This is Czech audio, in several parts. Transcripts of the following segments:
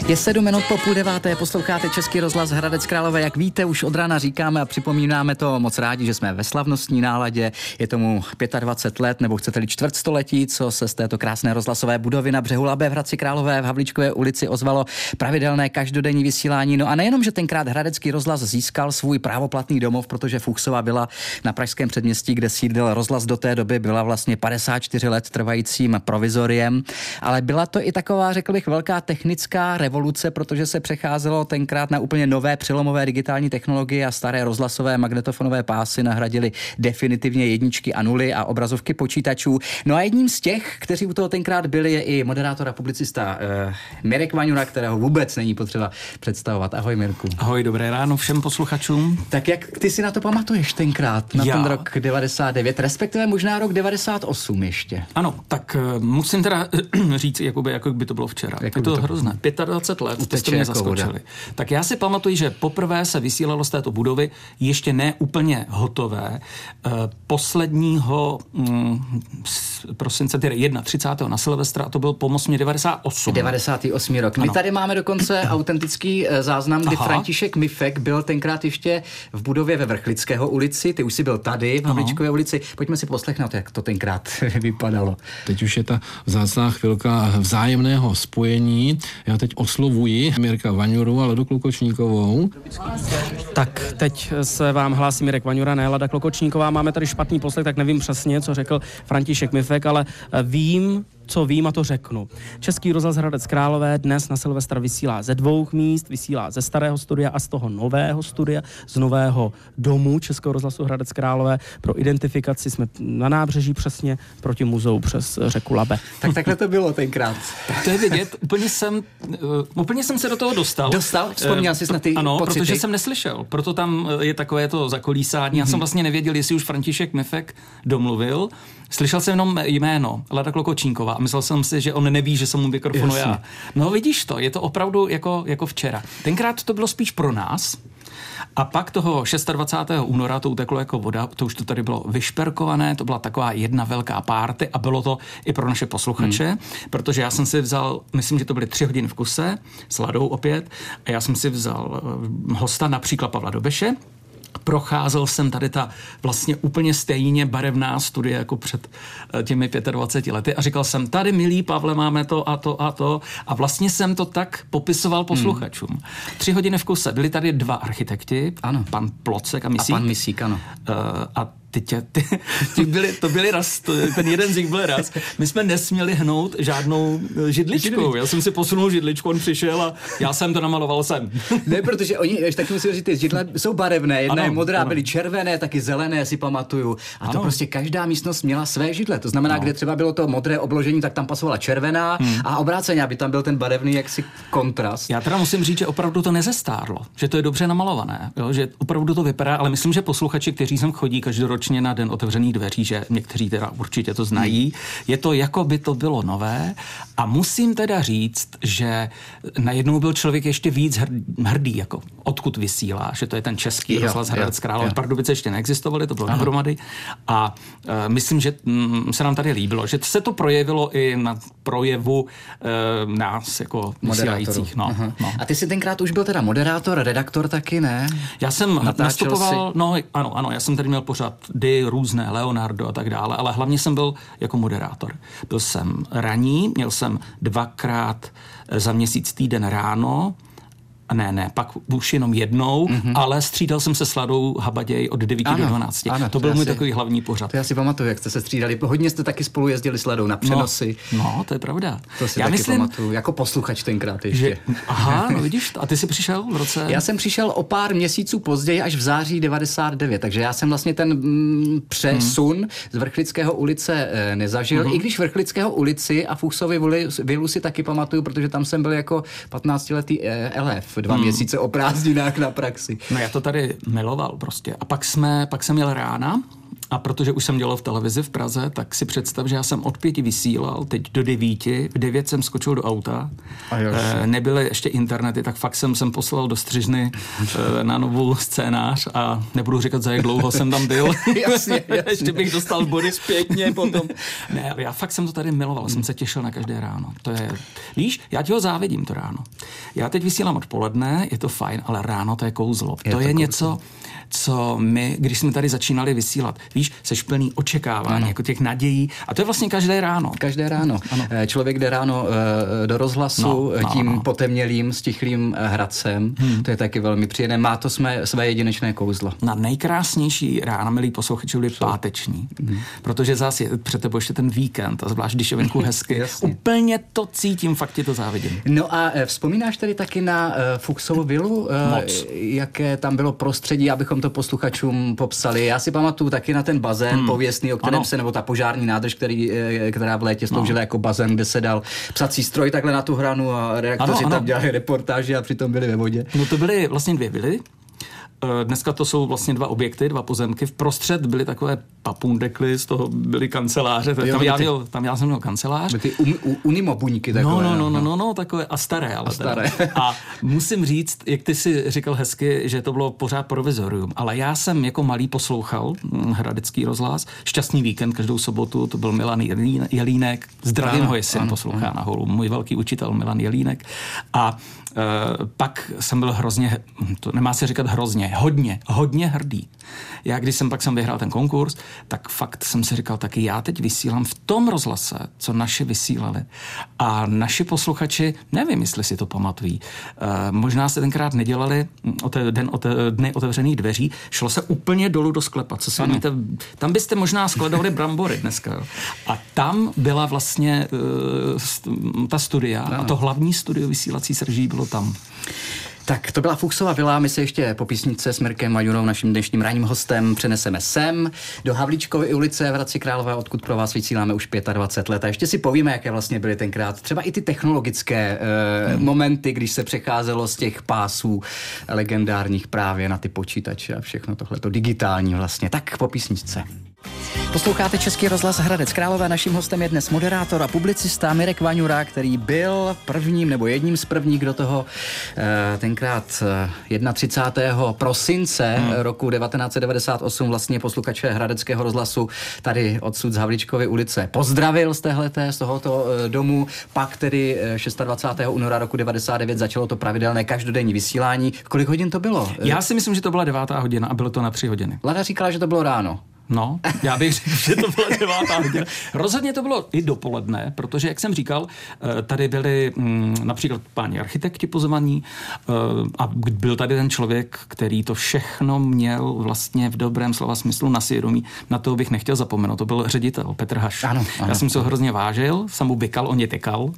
Je 7 minut po 8:30, posloucháte Český rozhlas Hradec Králové. Jak víte, už od rána říkáme a připomínáme to moc rádi, že jsme ve slavnostní náladě. Je tomu 25 let, nebo chcete-li čtvrtstoletí, co se z této krásné rozhlasové budovy na břehu Labe v Hradci Králové v Havlíčkové ulici ozvalo pravidelné každodenní vysílání. No a nejenom, že tenkrát Hradecký rozhlas získal svůj právoplatný domov, protože Fuchsova vila na pražském předměstí, kde sídlil rozhlas do té doby, byla vlastně 54 let trvajícím provizoriem, ale byla to i taková, řekl bych, velká technická revoluce, protože se přecházelo tenkrát na úplně nové přelomové digitální technologie a staré rozhlasové magnetofonové pásy nahradily definitivně jedničky a nuly a obrazovky počítačů. No a jedním z těch, kteří u toho tenkrát byli, je i moderátor a publicista Mirek Vaňura, kterého vůbec není potřeba představovat. Ahoj, Mirku. Ahoj, dobré ráno všem posluchačům. Tak jak ty si na to pamatuješ tenkrát, na ten rok 99, respektive možná rok 98 ještě? Ano, tak musím teda říct, jako by to bylo včera. Je to hrozné. 25 let, to jste mě zaskočili. Tak já si pamatuju, že poprvé se vysílalo z této budovy ještě ne úplně hotové. Posledního prosince, tedy 31. na Silvestra, a to byl pomocně 98. 98. rok. My tady máme dokonce autentický záznam, kdy František Mifek byl tenkrát ještě v budově ve Vrchlického ulici. Ty už jsi byl tady v Havlíčkové ulici. Pojďme si poslechnout, jak to tenkrát vypadalo. Teď už je ta vzácná chvilka vzájemného spojení. Já teď oslovuji Mirka Vaňuru a Ladu Klokočníkovou. Tak teď se vám hlásí Mirek Vaňura, ne Lada Klokočníková. Máme tady špatný poslech, tak nevím přesně, co řekl František Mifek, ale vím, co vím a to řeknu. Český rozhlas Hradec Králové dnes na Silvestra vysílá ze 2 míst, vysílá ze starého studia a z toho nového studia, z nového domu Českého rozhlasu Hradec Králové. Pro identifikaci jsme na nábřeží přesně proti muzeu přes řeku Labe. Tak takhle to bylo tenkrát. To je vidět, úplně jsem se do toho dostal. Vzpomněl jsi na ty ano, pocity? Protože jsem neslyšel. Proto tam je takové to zakolísání. Já jsem vlastně nevěděl, jestli už František Mifek domluvil. Slyšel jsem jenom jméno Lada Klokočníková a myslel jsem si, že on neví, že jsem mu mikrofonu já. No vidíš to, je to opravdu jako včera. Tenkrát to bylo spíš pro nás. A pak toho 26. února to uteklo jako voda, to už to tady bylo vyšperkované, to byla taková jedna velká párty a bylo to i pro naše posluchače, protože já jsem si vzal, myslím, že to byly 3 hodiny v kuse, s Ladou opět, a já jsem si vzal hosta, například Pavla Dobeše. Procházel jsem tady ta vlastně úplně stejně barevná studie jako před těmi 25 lety a říkal jsem, tady milý Pavle, máme to a to a to a vlastně jsem to tak popisoval posluchačům. 3 hodiny v kuse, byli tady 2 architekti, ano. Pan Plocek a Misík. A pan Misík, ano. A to byli raz, ten jeden z nich byl raz. My jsme nesměli hnout žádnou židličkou. Já jsem si posunul židličku, on přišel a já jsem to namaloval sem. Ne, protože oni, tak musím říct, ty židle jsou barevné, jedna je modrá, byly červené, taky zelené, si pamatuju. A to prostě každá místnost měla své židle. To znamená, kde třeba bylo to modré obložení, tak tam pasovala červená a obráceně, aby tam byl ten barevný jaksi kontrast. Já teda musím říct, že opravdu to nezestárlo, že to je dobře namalované, jo? Že opravdu to vypadá, ale myslím, že posluchači, kteří sem chodí každoročně na Den otevřených dveří, že někteří teda určitě to znají. Je to, jako by to bylo nové a musím teda říct, že najednou byl člověk ještě víc hrdý, jako odkud vysílá, že to je ten Český rozhlas Hradec Králové. Pardubice ještě neexistovaly, to bylo dohromady a myslím, že se nám tady líbilo, že se to projevilo i na projevu nás jako vysílajících. No. A ty jsi tenkrát už byl teda moderátor, redaktor taky, ne? Já jsem nastupoval, ano, já jsem tady měl pořád různé, Leonardo a tak dále, ale hlavně jsem byl jako moderátor. Byl jsem ranní, měl jsem 2krát za měsíc týden ráno, pak už jenom jednou, ale střídal jsem se s Ladou Habaděj od 9 do 12. Ano, to byl můj takový hlavní pořad. To já si pamatuju, jak jste se střídali. Hodně jste taky spolu jezdili s Ladou na přenosy. No, to je pravda. To si taky pamatuju, jako posluchač tenkrát ještě. Vidíš, a ty jsi přišel v roce? Já jsem přišel o pár měsíců později, až v září 99, takže já jsem vlastně ten přesun z Vrchlického ulice nezažil, i když Vrchlického ulici a Fuchsovy vilu si taky pamatuju, protože tam jsem byl jako 15letý elef. 2 měsíce o prázdninách na praxi. No já to tady miloval prostě. A pak jsem jel rána A protože už jsem dělal v televizi v Praze, tak si představ, že já jsem od 5 vysílal, teď do 9, v 9 jsem skočil do auta, nebyly ještě internety, tak fakt jsem poslal do střižny na novou scénář a nebudu říkat, za jak dlouho jsem tam byl. jasně. Ještě bych dostal body zpětně potom. Ne, ale já fakt jsem to tady miloval, jsem se těšil na každé ráno. To je, víš, já ti ho závidím to ráno. Já teď vysílám odpoledne, je to fajn, ale ráno to je kouzlo. To je něco, co my, když jsme tady začínali vysílat, víš, seš plný očekávání, jako těch nadějí. A to je vlastně každé ráno. Každé ráno. Ano. Člověk jde ráno do rozhlasu tím potemnělým, stichlým Hradcem. To je taky velmi příjemné. Má to své jedinečné kouzlo. Na nejkrásnější rána, milí posluchači, byli páteční. Protože zase je před tebou ještě ten víkend a zvlášť, když je venku hezky. Úplně to cítím, fakt ti to závidím. No a vzpomínáš tady taky na Fuchsovu vilu? Moc. Jaké tam bylo prostředí, abychom to posluchačům popsali. Já si pamatuju taky na ten bazén pověstný, o kterém se, nebo ta požární nádrž, která v létě sloužila jako bazén, kde se dal psací stroj takhle na tu hranu a redaktoři tam dělali reportáže a přitom byli ve vodě. No to byly vlastně 2 vily. Dneska to jsou vlastně 2 objekty, 2 pozemky. Vprostřed byly takové papundekly, z toho byly kanceláře. Tam já jsem měl kancelář. Ty unimobuňky takové. No, takové a staré. A musím říct, jak ty si říkal hezky, že to bylo pořád provizorium, ale já jsem jako malý poslouchal Hradecký rozhlas. Šťastný víkend každou sobotu, to byl Milan Jelínek. Zdravím ho, jestli poslouchá na holu. Můj velký učitel Milan Jelínek. A pak jsem byl hrozně, to nemá se říkat hrozně, hodně hrdý. Já když jsem vyhrál ten konkurs, tak fakt jsem si říkal taky, já teď vysílám v tom rozhlase, co naši vysílali. A naši posluchači, nevím, jestli si to pamatují, možná se tenkrát nedělali dny otevřených dveří, šlo se úplně dolů do sklepa. Co si víte, tam byste možná skladovali brambory dneska. Jo. A tam byla vlastně ta studia a to hlavní studio vysílací Srží bylo tam. Tak to byla Fuchsova vila, my se ještě po písničce s Mirkem Vaňurou, naším dnešním ranním hostem, přeneseme sem do Havlíčkovy ulice v Hradci Králové, odkud pro vás vysíláme už 25 let. A ještě si povíme, jaké vlastně byly tenkrát třeba i ty technologické momenty, když se přecházelo z těch pásů legendárních právě na ty počítače a všechno tohleto digitální vlastně. Tak po písničce. Posloucháte Český rozhlas Hradec Králové. Naším hostem je dnes moderátor a publicista Mirek Vaňura, který byl jedním z prvních, kdo toho tenkrát 31. prosince roku 1998 vlastně posluchače Hradeckého rozhlasu tady odsud z Havlíčkovy ulice pozdravil z tohoto domu. Pak tedy 26. února roku 99 začalo to pravidelné každodenní vysílání. Kolik hodin to bylo? Já si myslím, že to byla 9. hodina a bylo to na 3 hodiny. Láda říkala, že to bylo ráno. No, já bych řekl, že to byla 9. hodina. Rozhodně to bylo i dopoledne, protože, jak jsem říkal, tady byli například páni architekti pozvaní a byl tady ten člověk, který to všechno měl vlastně v dobrém slova smyslu na svědomí. Na toho bych nechtěl zapomenout. To byl ředitel Petr Haš. Ano. Já jsem se ho hrozně vážil, jsem mu bykal, on je tykal.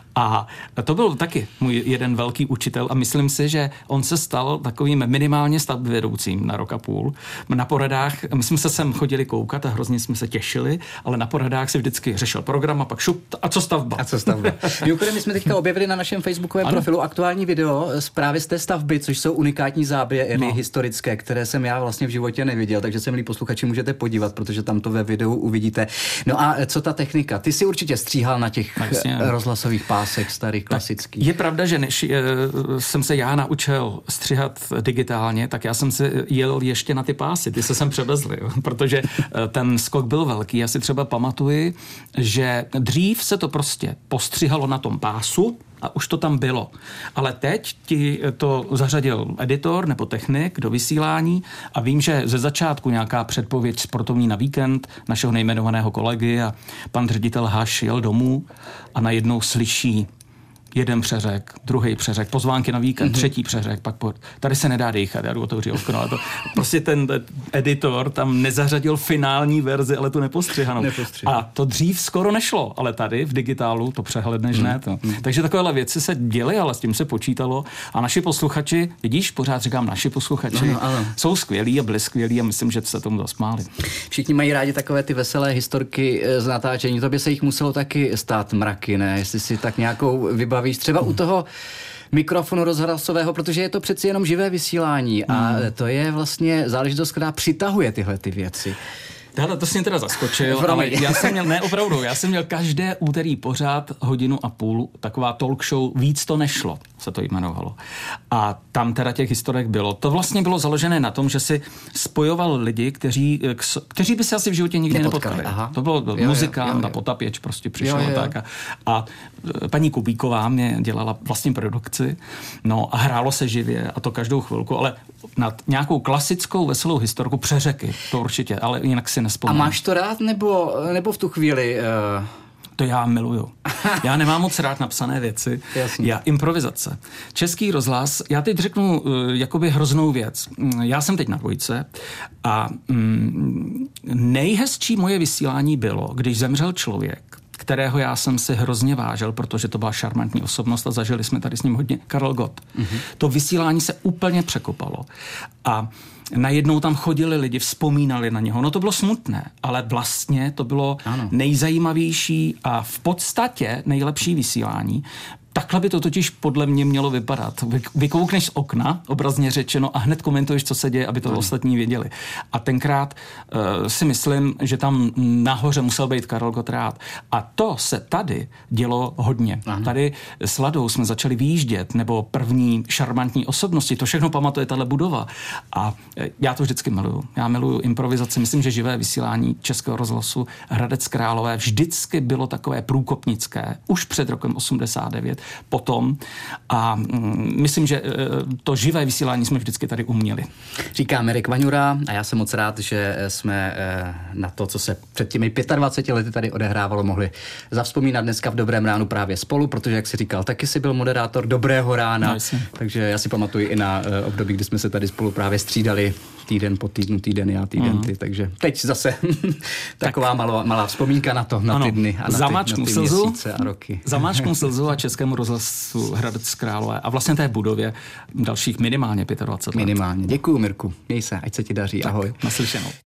A to byl taky můj jeden velký učitel a myslím si, že on se stal takovým minimálně stavbyvedoucím na rok a půl. Na poradách, my jsme se sem chodili koukat a hrozně jsme se těšili, ale na poradách se vždycky řešil program a pak šup, a co stavba? Mimochodem, my jsme teďka objevili na našem facebookovém profilu aktuální video právě z té stavby, což jsou unikátní záběry historické, které jsem já vlastně v životě neviděl, takže se, milí posluchači, můžete podívat, protože tam to ve videu uvidíte. No a co ta technika? Ty si určitě stříhal na těch rozhlasových pásech starých, klasických. Je pravda, že než jsem se já naučil stříhat digitálně, tak já jsem se jel ještě na ty pásy, ty se sem převezli, protože ten skok byl velký. Já si třeba pamatuji, že dřív se to prostě postřihalo na tom pásu a už to tam bylo. Ale teď ti to zařadil editor nebo technik do vysílání a vím, že ze začátku nějaká předpověď sportovní na víkend našeho nejmenovaného kolegy a pan ředitel Haš jel domů a najednou slyší jeden přeřek, druhý přeřek, pozvánky na víkend, třetí přeřek, pak tady se nedá dýchat, já jdu otevřít okno, ale to prostě ten editor tam nezařadil finální verzi, ale tu nepostřihanou. A to dřív skoro nešlo, ale tady v digitálu to přehledneš ne. Takže takovéhle věci se děly, ale s tím se počítalo a naši posluchači, vidíš, pořád říkám naši posluchači, jsou skvělí a byli skvělí a myslím, že se tomu zasmáli. Všichni mají rádi takové ty veselé historky z natáčení, to by se jich muselo taky stát mraky, ne? Jestli si tak nějakou vybavíš třeba u toho mikrofonu rozhlasového, protože je to přeci jenom živé vysílání a to je vlastně záležitost, která přitahuje tyhle ty věci. Hele, to jsi mě teda zaskočil, ale já jsem měl každé úterý pořád 1,5 hodiny, taková talk show Víc to nešlo, se to jmenovalo. A tam teda těch historek bylo. To vlastně bylo založené na tom, že si spojoval lidi, kteří by se asi v životě nikdy nepotkali. To bylo muzikant a potapěč prostě přišel tak. A paní Kubíková mě dělala vlastně produkci, no a hrálo se živě a to každou chvilku, ale nad nějakou klasickou veselou historku Přeřeky, to určitě, ale jinak si nespomínám. A máš to rád, nebo v tu chvíli... To já miluju. Já nemám moc rád napsané věci. Jasně. Já improvizace. Český rozhlas, já teď řeknu jakoby hroznou věc. Já jsem teď na 2 a nejhezčí moje vysílání bylo, když zemřel člověk, kterého já jsem si hrozně vážil, protože to byla šarmantní osobnost a zažili jsme tady s ním hodně, Karel Gott. To vysílání se úplně překopalo. A najednou tam chodili lidi, vzpomínali na něho. No to bylo smutné, ale vlastně to bylo nejzajímavější a v podstatě nejlepší vysílání. Takhle by to totiž podle mě mělo vypadat. Vykoukneš z okna, obrazně řečeno, a hned komentuješ, co se děje, aby to ostatní věděli. A tenkrát si myslím, že tam nahoře musel být Karel Gott rád. A to se tady dělo hodně. Aha. Tady s Ladou jsme začali vyjíždět, nebo první šarmantní osobnosti. To všechno pamatuje tahle budova. A já to vždycky miluju. Já miluju improvizaci. Myslím, že živé vysílání Českého rozhlasu Hradec Králové vždycky bylo takové průkopnické. Už před rokem 89. Potom a myslím, že to živé vysílání jsme vždycky tady uměli. Říká Mirek Vaňura a já jsem moc rád, že jsme na to, co se před těmi 25 lety tady odehrávalo, mohli zavzpomínat dneska v Dobrém ránu právě spolu, protože, jak jsi říkal, taky jsi byl moderátor Dobrého rána, takže já si pamatuju i na období, kdy jsme se tady spolu právě střídali týden po týdnu, týden já, týden ty, takže teď zase taková malá vzpomínka na to, na ty dny a na ty měsíce a roky. Zamáčknu slzu a Českému rozhlasu Hradec Králové a vlastně té budově dalších minimálně 25 let. Minimálně. Děkuju, Mirku. Měj se, ať se ti daří. Ahoj. Naslyšenou.